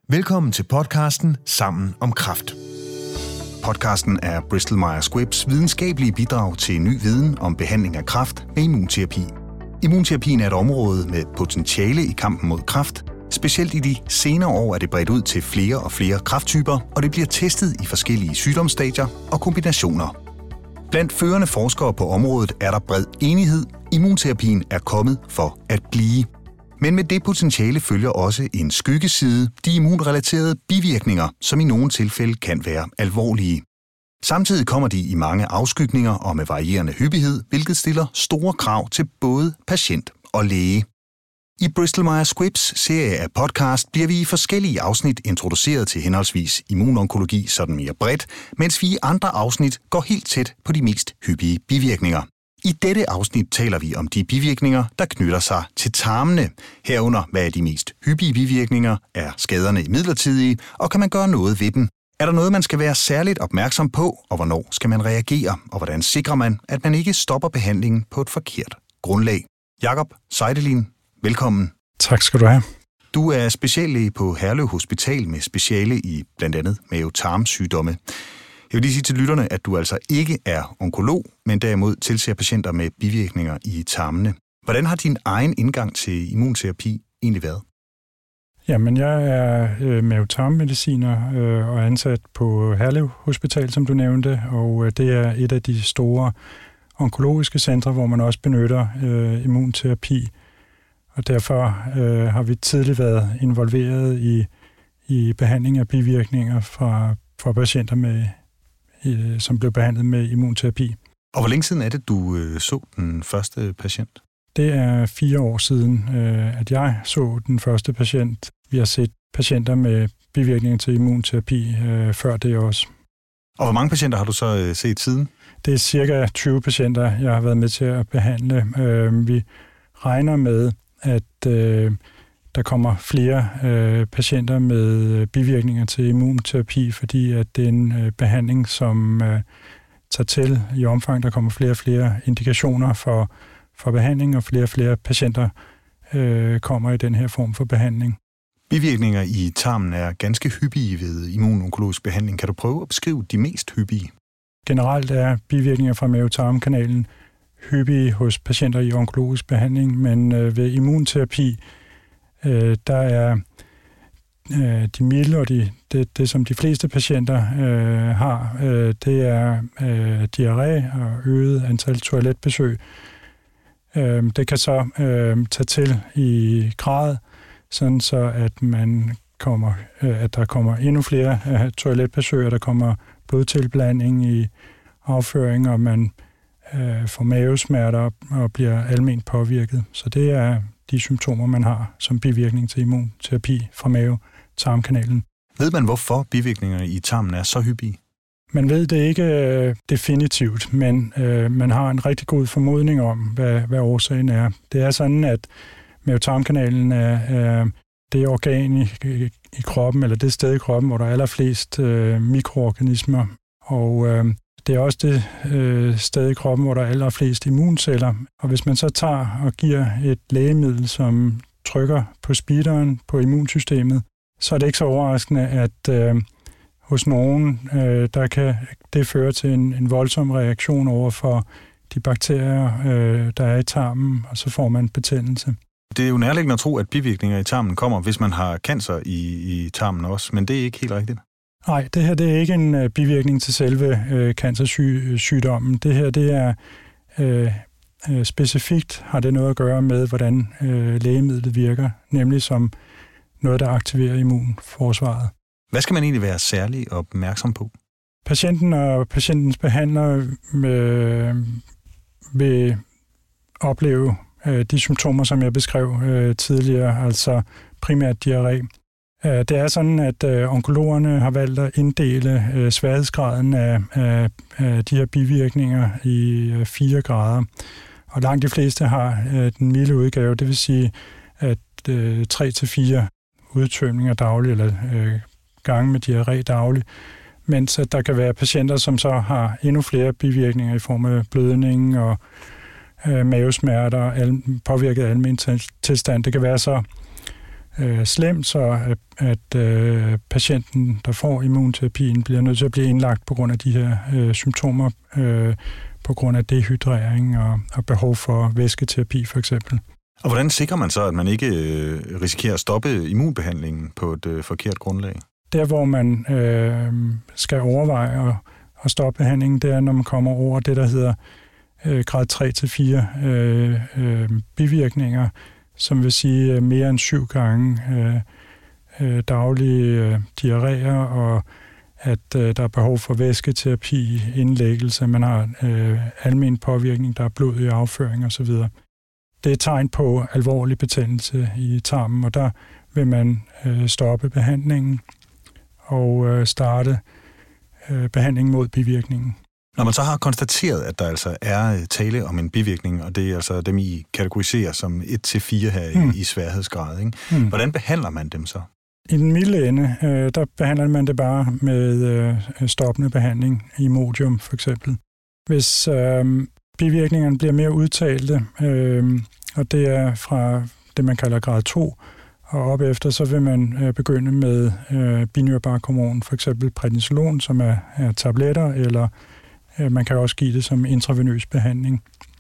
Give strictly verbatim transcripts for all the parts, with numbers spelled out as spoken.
Velkommen til podcasten Sammen om kræft. Podcasten er Bristol Myers Squibbs videnskabelige bidrag til ny viden om behandling af kræft med immunterapi. Immunterapien er et område med potentiale i kampen mod kræft. Specielt i de senere år er det bredt ud til flere og flere kræfttyper, og det bliver testet i forskellige sygdomsstadier og kombinationer. Blandt førende forskere på området er der bred enighed. Immunterapien er kommet for at blive. Men med det potentiale følger også en skyggeside, de immunrelaterede bivirkninger, som i nogle tilfælde kan være alvorlige. Samtidig kommer de i mange afskygninger og med varierende hyppighed, hvilket stiller store krav til både patient og læge. I Bristol Myers Squibbs serie af podcast bliver vi i forskellige afsnit introduceret til henholdsvis immunonkologi sådan mere bredt, mens vi i andre afsnit går helt tæt på de mest hyppige bivirkninger. I dette afsnit taler vi om de bivirkninger, der knytter sig til tarmene. Herunder, hvad er de mest hyppige bivirkninger, er skaderne midlertidige, og kan man gøre noget ved dem? Er der noget, man skal være særligt opmærksom på, og hvornår skal man reagere? Og hvordan sikrer man, at man ikke stopper behandlingen på et forkert grundlag? Jakob Seidelin, velkommen. Tak skal du have. Du er speciallæge på Herlev Hospital med speciale i blandt andet mave-tarmsygdomme. Jeg vil lige sige til lytterne, at du altså ikke er onkolog, men derimod tilser patienter med bivirkninger i tarmene. Hvordan har din egen indgang til immunterapi egentlig været? Jamen, jeg er øh, mave-tarmmediciner øh, og ansat på Herlev Hospital, som du nævnte, og øh, det er et af de store onkologiske centre, hvor man også benytter øh, immunterapi. Og derfor øh, har vi tidligt været involveret i, i behandling af bivirkninger fra, fra patienter, med, øh, som blev behandlet med immunterapi. Og hvor længe siden er det, du øh, så den første patient? Det er fire år siden, øh, at jeg så den første patient. Vi har set patienter med bivirkninger til immunterapi øh, før det også. Og hvor mange patienter har du så øh, set siden? Det er cirka tyve patienter, jeg har været med til at behandle. Øh, vi regner med, at øh, der kommer flere øh, patienter med bivirkninger til immunterapi, fordi at det er en øh, behandling, som øh, tager til i omfang. Der kommer flere og flere indikationer for, for behandling, og flere og flere patienter øh, kommer i den her form for behandling. Bivirkninger i tarmen er ganske hyppige ved immunonkologisk behandling. Kan du prøve at beskrive de mest hyppige? Generelt er bivirkninger fra mave-tarmkanalen hyppige hos patienter i onkologisk behandling, men øh, ved immunterapi, øh, der er øh, de milde, og de, det, det, som de fleste patienter øh, har, øh, det er øh, diarré og øget antal toiletbesøg. Øh, det kan så øh, tage til i grad, sådan så at man kommer, øh, at der kommer endnu flere øh, toiletbesøg, og der kommer blodtilblanding i afføring, og man øh, får mavesmerter og bliver alment påvirket. Så det er de symptomer, man har som bivirkning til immunterapi fra mave-tarmkanalen. Ved man, hvorfor bivirkninger i tarmen er så hyppige? Man ved det ikke øh, definitivt, men øh, man har en rigtig god formodning om, hvad, hvad årsagen er. Det er sådan, at mave-tarmkanalen er, er det organ i, i, i kroppen, eller det sted i kroppen, hvor der er allerflest øh, mikroorganismer, og øh, det er også det øh, sted i kroppen, hvor der er allerflest immunceller. Og hvis man så tager og giver et lægemiddel, som trykker på speederen på immunsystemet, så er det ikke så overraskende, at øh, hos nogen, øh, der kan det føre til en, en voldsom reaktion over for de bakterier, øh, der er i tarmen, og så får man betændelse. Det er jo nærliggende at tro, at bivirkninger i tarmen kommer, hvis man har cancer i, i tarmen også, men det er ikke helt rigtigt. Nej, det her det er ikke en uh, bivirkning til selve uh, cancersygdommen. Det her det er uh, uh, specifikt har det noget at gøre med, hvordan uh, lægemidlet virker, nemlig som noget, der aktiverer immunforsvaret. Hvad skal man egentlig være særlig opmærksom på? Patienten og patientens behandler uh, vil opleve uh, de symptomer, som jeg beskrev uh, tidligere, altså primært diarré. Det er sådan, at øh, onkologerne har valgt at inddele øh, sværhedsgraden af, af, af de her bivirkninger i øh, fire grader. Og langt de fleste har øh, den milde udgave, det vil sige, at øh, tre til fire udtømninger dagligt, eller øh, gange med diarré dagligt, mens at der kan være patienter, som så har endnu flere bivirkninger i form af blødning og øh, mavesmerter, al, påvirket almen tilstand. Det kan være så øh, slemt, så at, at øh, patienten, der får immunterapien, bliver nødt til at blive indlagt på grund af de her øh, symptomer, øh, på grund af dehydrering og, og behov for væsketerapi for eksempel. Og hvordan sikrer man så, at man ikke øh, risikerer at stoppe immunbehandlingen på et øh, forkert grundlag? Der, hvor man øh, skal overveje at, at stoppe behandlingen, det er, når man kommer over det, der hedder øh, grad tre til fire øh, øh, bivirkninger, som vil sige øh, mere end syv gange øh, øh, daglige øh, diarréer, og at øh, der er behov for væsketerapi, indlæggelse, man har øh, almen påvirkning, der er blod i afføring osv. Det er tegn på alvorlig betændelse i tarmen, og der vil man øh, stoppe behandlingen og øh, starte øh, behandling mod bivirkningen. Når man så har konstateret, at der altså er tale om en bivirkning, og det er altså dem, I kategoriserer som et til fire her mm. i, i sværhedsgrad, ikke? Mm. Hvordan behandler man dem så? I den milde ende, øh, der behandler man det bare med øh, stoppende behandling, Imodium for eksempel. Hvis øh, bivirkningerne bliver mere udtalte, øh, og det er fra det, man kalder grad to, og op efter, så vil man øh, begynde med øh, binyrbarkhormon, for eksempel prednisolon, som er, er tabletter, eller øh, man kan også give det som intravenøs behandling.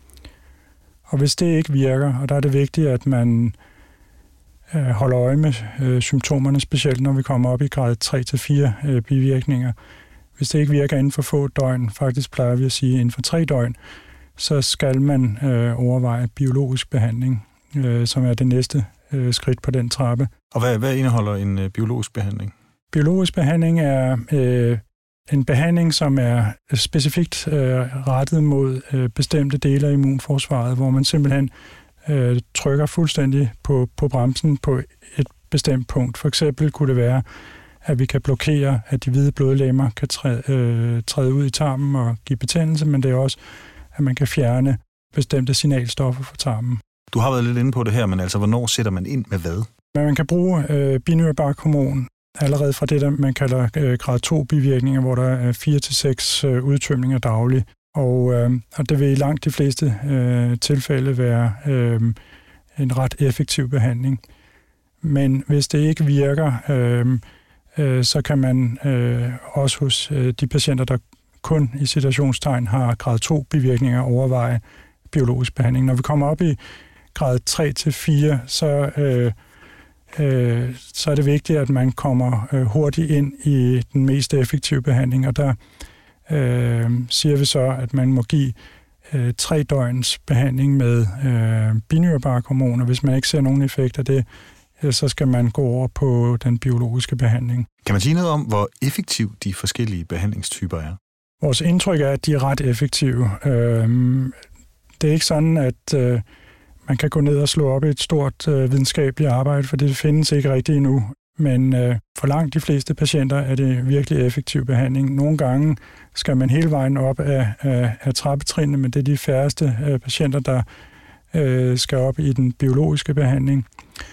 Og hvis det ikke virker, og der er det vigtigt, at man øh, holder øje med øh, symptomerne, specielt når vi kommer op i grad tre til fire øh, bivirkninger. Hvis det ikke virker inden for få døgn, faktisk plejer vi at sige inden for tre døgn, så skal man øh, overveje biologisk behandling, øh, som er det næste øh, skridt på den trappe. Og hvad, hvad indeholder en øh, biologisk behandling? Biologisk behandling er øh, en behandling, som er specifikt øh, rettet mod øh, bestemte dele af immunforsvaret, hvor man simpelthen øh, trykker fuldstændig på, på bremsen på et bestemt punkt. For eksempel kunne det være, at vi kan blokere, at de hvide blodlegemer kan træde, øh, træde ud i tarmen og give betændelse, men det er også, at man kan fjerne bestemte signalstoffer fra tarmen. Du har været lidt inde på det her, men altså, hvornår sætter man ind med hvad? Men man kan bruge øh, binyrbarkhormon allerede fra det, der man kalder øh, grad to bivirkninger, hvor der er fire til seks øh, udtømninger dagligt. Og, øh, og det vil i langt de fleste øh, tilfælde være øh, en ret effektiv behandling. Men hvis det ikke virker, øh, øh, så kan man øh, også hos øh, de patienter, der kun i situationstegn har grad to bivirkninger, overveje biologisk behandling. Når vi kommer op i grad tre til fire, så, øh, øh, så er det vigtigt, at man kommer øh, hurtigt ind i den mest effektive behandling, og der øh, siger vi så, at man må give øh, tre døgns behandling med øh, binyrbarkhormoner. Hvis man ikke ser nogen effekt af det, øh, så skal man gå over på den biologiske behandling. Kan man sige noget om, hvor effektiv de forskellige behandlingstyper er? Vores indtryk er, at de er ret effektive. Øh, det er ikke sådan, at øh, man kan gå ned og slå op i et stort øh, videnskabeligt arbejde, for det findes ikke rigtigt endnu. Men øh, for langt de fleste patienter er det virkelig effektiv behandling. Nogle gange skal man hele vejen op af, af, af trappetrinene, men det er de færreste øh, patienter, der øh, skal op i den biologiske behandling.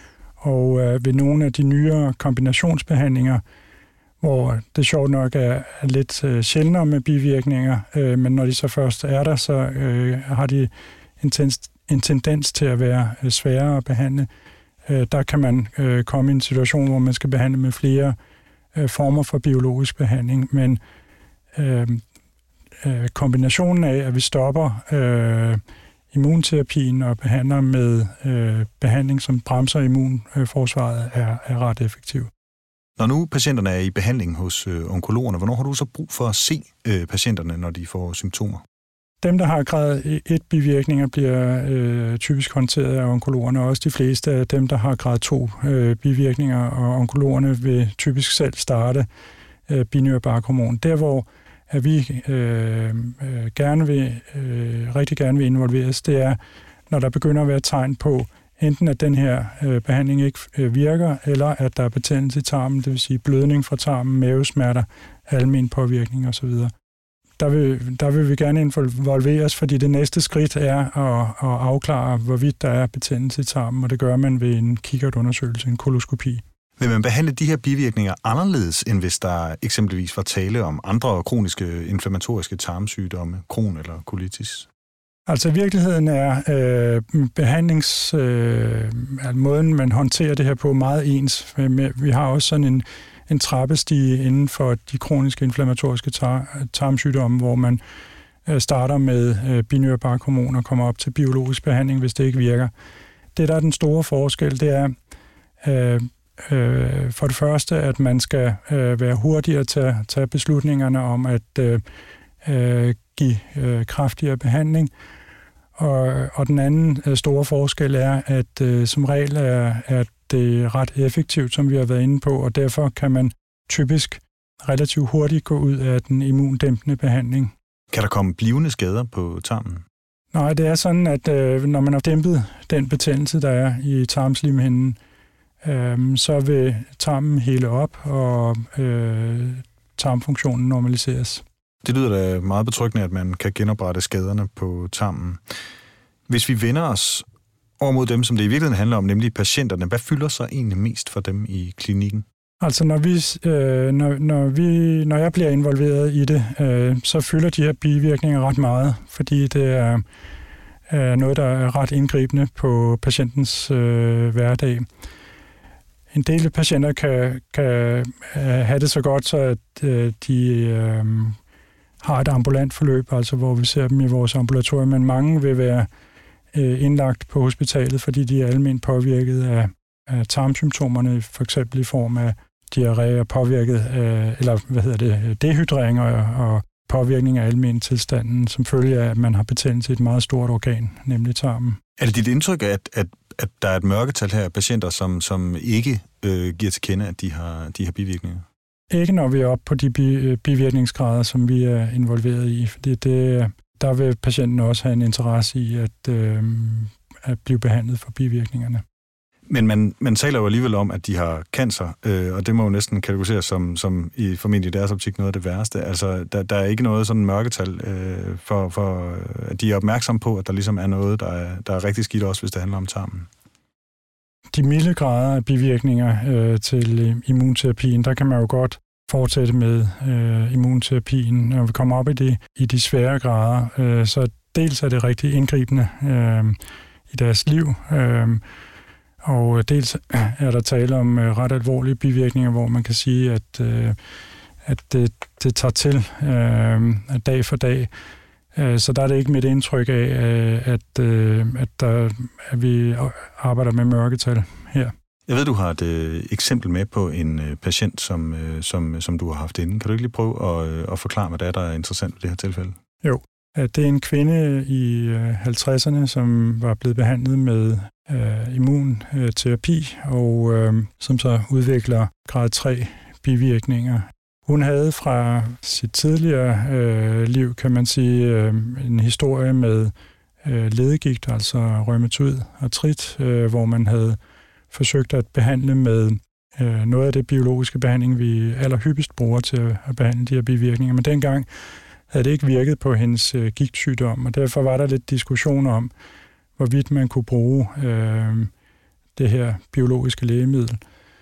Og øh, ved nogle af de nyere kombinationsbehandlinger, hvor det sjovt nok er lidt øh, sjældnere med bivirkninger, øh, men når de så først er der, så øh, har de en, tens, en tendens til at være øh, sværere at behandle. Øh, der kan man øh, komme i en situation, hvor man skal behandle med flere øh, former for biologisk behandling, men øh, øh, kombinationen af, at vi stopper øh, immunterapien og behandler med øh, behandling, som bremser immunforsvaret, er, er ret effektiv. Når nu patienterne er i behandling hos øh, onkologerne, hvornår har du så brug for at se øh, patienterne, når de får symptomer? Dem, der har grad et bivirkninger, bliver øh, typisk håndteret af onkologerne, og også de fleste af dem, der har grad to øh, bivirkninger, og onkologerne vil typisk selv starte øh, binyrbarkhormon. Der, hvor at vi øh, øh, gerne vil, øh, rigtig gerne vil involveres, det er, når der begynder at være tegn på, enten at den her øh, behandling ikke øh, virker, eller at der er betændelse i tarmen, det vil sige blødning fra tarmen, mavesmerter, almen påvirkning osv. Der vil, der vil vi gerne involveres, fordi det næste skridt er at, at afklare, hvorvidt der er betændelse i tarmen, og det gør man ved en kikkertundersøgelse, en koloskopi. Vil man behandle de her bivirkninger anderledes, end hvis der eksempelvis var tale om andre kroniske inflammatoriske tarmsygdomme, Crohn eller colitis? Altså i virkeligheden er øh, behandlings... Øh, måden, man håndterer det her på, meget ens. Vi har også sådan en, en trappestige inden for de kroniske inflammatoriske tar- tarmsygdomme, hvor man øh, starter med øh, binyrebarkhormoner og kommer op til biologisk behandling, hvis det ikke virker. Det, der er den store forskel, det er øh, øh, for det første, at man skal øh, være hurtigere til at tage beslutningerne om at øh, øh, give øh, kraftigere behandling. Og, og den anden øh, store forskel er, at øh, som regel er, er det ret effektivt, som vi har været inde på, og derfor kan man typisk relativt hurtigt gå ud af den immundæmpende behandling. Kan der komme blivende skader på tarmen? Nej, det er sådan, at øh, når man har dæmpet den betændelse, der er i tarmslimhinden, øh, så vil tarmen hele op, og øh, tarmfunktionen normaliseres. Det lyder da meget betryggende, at man kan genoprette skaderne på tarmen. Hvis vi vender os over mod dem, som det i virkeligheden handler om, nemlig patienterne, hvad fylder så egentlig mest for dem i klinikken? Altså når, vi, øh, når, når, vi, når jeg bliver involveret i det, øh, så fylder de her bivirkninger ret meget, fordi det er øh, noget, der er ret indgribende på patientens øh, hverdag. En del af patienter kan, kan øh, have det så godt, så at øh, de øh, har et ambulant forløb, altså hvor vi ser dem i vores ambulatorium, men mange vil være øh, indlagt på hospitalet, fordi de er alment påvirket af, af tarmsymptomerne, for eksempel i form af diarré og påvirket, øh, eller hvad hedder det, dehydrering og, og påvirkning af almen tilstanden, som følge af, at man har betændelse i et meget stort organ, nemlig tarmen. Er det dit indtryk, at, at, at der er et mørketal her af patienter, som, som ikke øh, giver til kende, at de har, de har bivirkninger? Ikke når vi er oppe på de bi, bivirkningsgrader, som vi er involveret i, fordi det, der vil patienten også have en interesse i at, øh, at blive behandlet for bivirkningerne. Men man, man taler jo alligevel om, at de har cancer, øh, og det må jo næsten kategoriseres som, som i formentlig deres optik noget af det værste. Altså, der, der er ikke noget sådan mørketal øh, for, for, at de er opmærksomme på, at der ligesom er noget, der er, der er rigtig skidt også, hvis det handler om tarmen. De milde grader af bivirkninger øh, til immunterapien, der kan man jo godt fortsætte med øh, immunterapien. Når vi kommer op i de, i de svære grader, øh, så dels er det rigtig indgribende øh, i deres liv, øh, og dels er der tale om øh, ret alvorlige bivirkninger, hvor man kan sige, at, øh, at det, det tager til øh, dag for dag. Så der er det ikke mit indtryk af, at, at, der, at vi arbejder med mørketal her. Jeg ved, du har et øh, eksempel med på en øh, patient, som, øh, som, som du har haft inde. Kan du ikke lige prøve at, øh, at forklare, hvad det er, der er interessant ved det her tilfælde? Jo, det er en kvinde i halvtredserne, som var blevet behandlet med øh, immunterapi, og øh, som så udvikler grad tre bivirkninger. Hun havde fra sit tidligere øh, liv, kan man sige, øh, en historie med øh, ledegigt, altså rheumatoid artrit, øh, hvor man havde forsøgt at behandle med øh, noget af det biologiske behandling, vi allerhyppigst bruger til at behandle de her bivirkninger. Men dengang havde det ikke virket på hendes øh, gigtsygdom, og derfor var der lidt diskussion om, hvorvidt man kunne bruge øh, det her biologiske lægemiddel.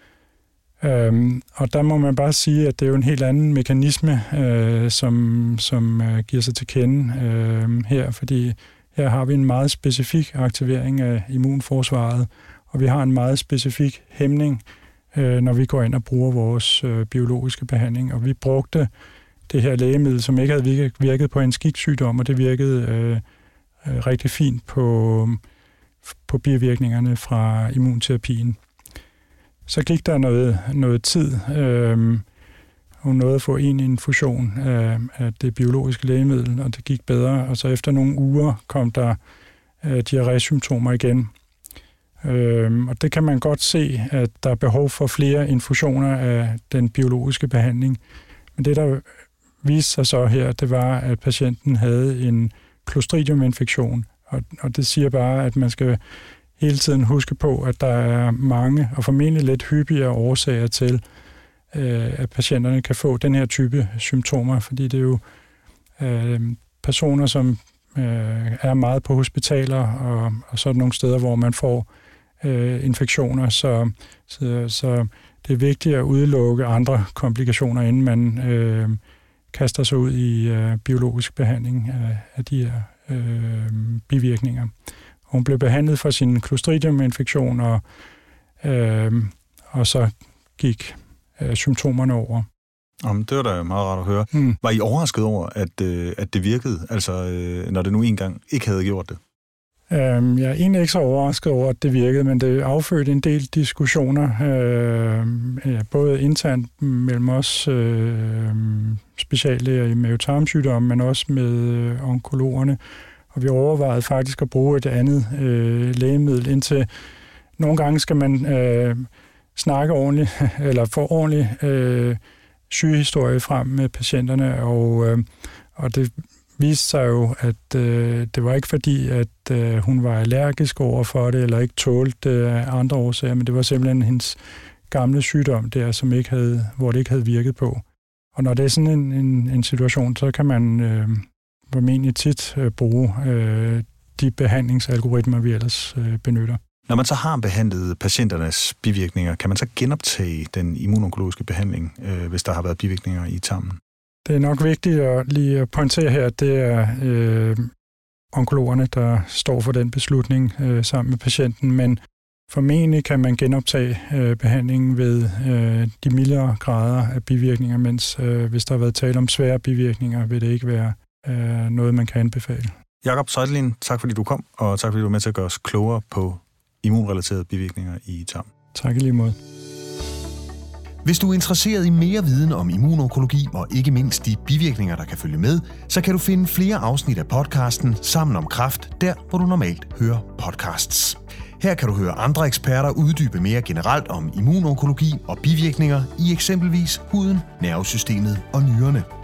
Øhm, og der må man bare sige, at det er jo en helt anden mekanisme, øh, som, som øh, giver sig til kende øh, her, fordi her har vi en meget specifik aktivering af immunforsvaret, og vi har en meget specifik hæmning, øh, når vi går ind og bruger vores øh, biologiske behandling. Og vi brugte det her lægemiddel, som ikke havde virket på en gigtsygdom, og det virkede øh, øh, rigtig fint på, på bivirkningerne fra immunterapien. Så gik der noget, noget tid, øh, hun nåede at få en infusion af, af det biologiske lægemiddel, og det gik bedre. Og så efter nogle uger kom der øh, diarré-symptomer igen. Øh, og det kan man godt se, at der er behov for flere infusioner af den biologiske behandling. Men det, der viste sig så her, det var, at patienten havde en Clostridium-infektion. Og, og det siger bare, at man skal hele tiden huske på, at der er mange, og formentlig lidt hyppigere årsager til, øh, at patienterne kan få den her type symptomer, fordi det er jo øh, personer, som øh, er meget på hospitaler, og, og så er der nogle steder, hvor man får øh, infektioner, så, så, så det er vigtigt at udelukke andre komplikationer, inden man øh, kaster sig ud i øh, biologisk behandling af, af de her øh, bivirkninger. Hun blev behandlet for sin Clostridium-infektion, og, øh, og så gik øh, symptomerne over. Jamen, det var da meget rart at høre. Mm. Var I overrasket over, at, øh, at det virkede, altså øh, når det nu engang ikke havde gjort det? Øhm, jeg er egentlig ikke så overrasket over, at det virkede, men det affødte en del diskussioner, øh, ja, både internt mellem os øh, speciallæger i mavetarmsygdomme, men også med øh, onkologerne. Og vi overvejede faktisk at bruge et andet øh, lægemiddel, indtil nogle gange skal man øh, snakke ordentligt, eller få ordentligt øh, sygehistorie frem med patienterne, og, øh, og det viste sig jo, at øh, det var ikke fordi, at øh, hun var allergisk over for det, eller ikke tålte det af andre årsager, men det var simpelthen hendes gamle sygdom der, som ikke havde, hvor det ikke havde virket på. Og når det er sådan en, en, en situation, så kan man øh, formentlig tit øh, bruge øh, de behandlingsalgoritmer, vi ellers øh, benytter. Når man så har behandlet patienternes bivirkninger, kan man så genoptage den immunonkologiske behandling, øh, hvis der har været bivirkninger i tarmen? Det er nok vigtigt at lige pointere her, at det er øh, onkologerne, der står for den beslutning øh, sammen med patienten, men formentlig kan man genoptage øh, behandlingen ved øh, de mildere grader af bivirkninger, mens øh, hvis der har været tale om svære bivirkninger, vil det ikke være øh, noget, man kan anbefale. Jakob Seidelin, tak fordi du kom, og tak fordi du var med til at gøre os klogere på immunrelaterede bivirkninger i tarmen. Tak i lige måde. Hvis du er interesseret i mere viden om immunonkologi og ikke mindst de bivirkninger, der kan følge med, så kan du finde flere afsnit af podcasten Sammen om Kræft, der hvor du normalt hører podcasts. Her kan du høre andre eksperter uddybe mere generelt om immunonkologi og bivirkninger i eksempelvis huden, nervesystemet og nyrerne.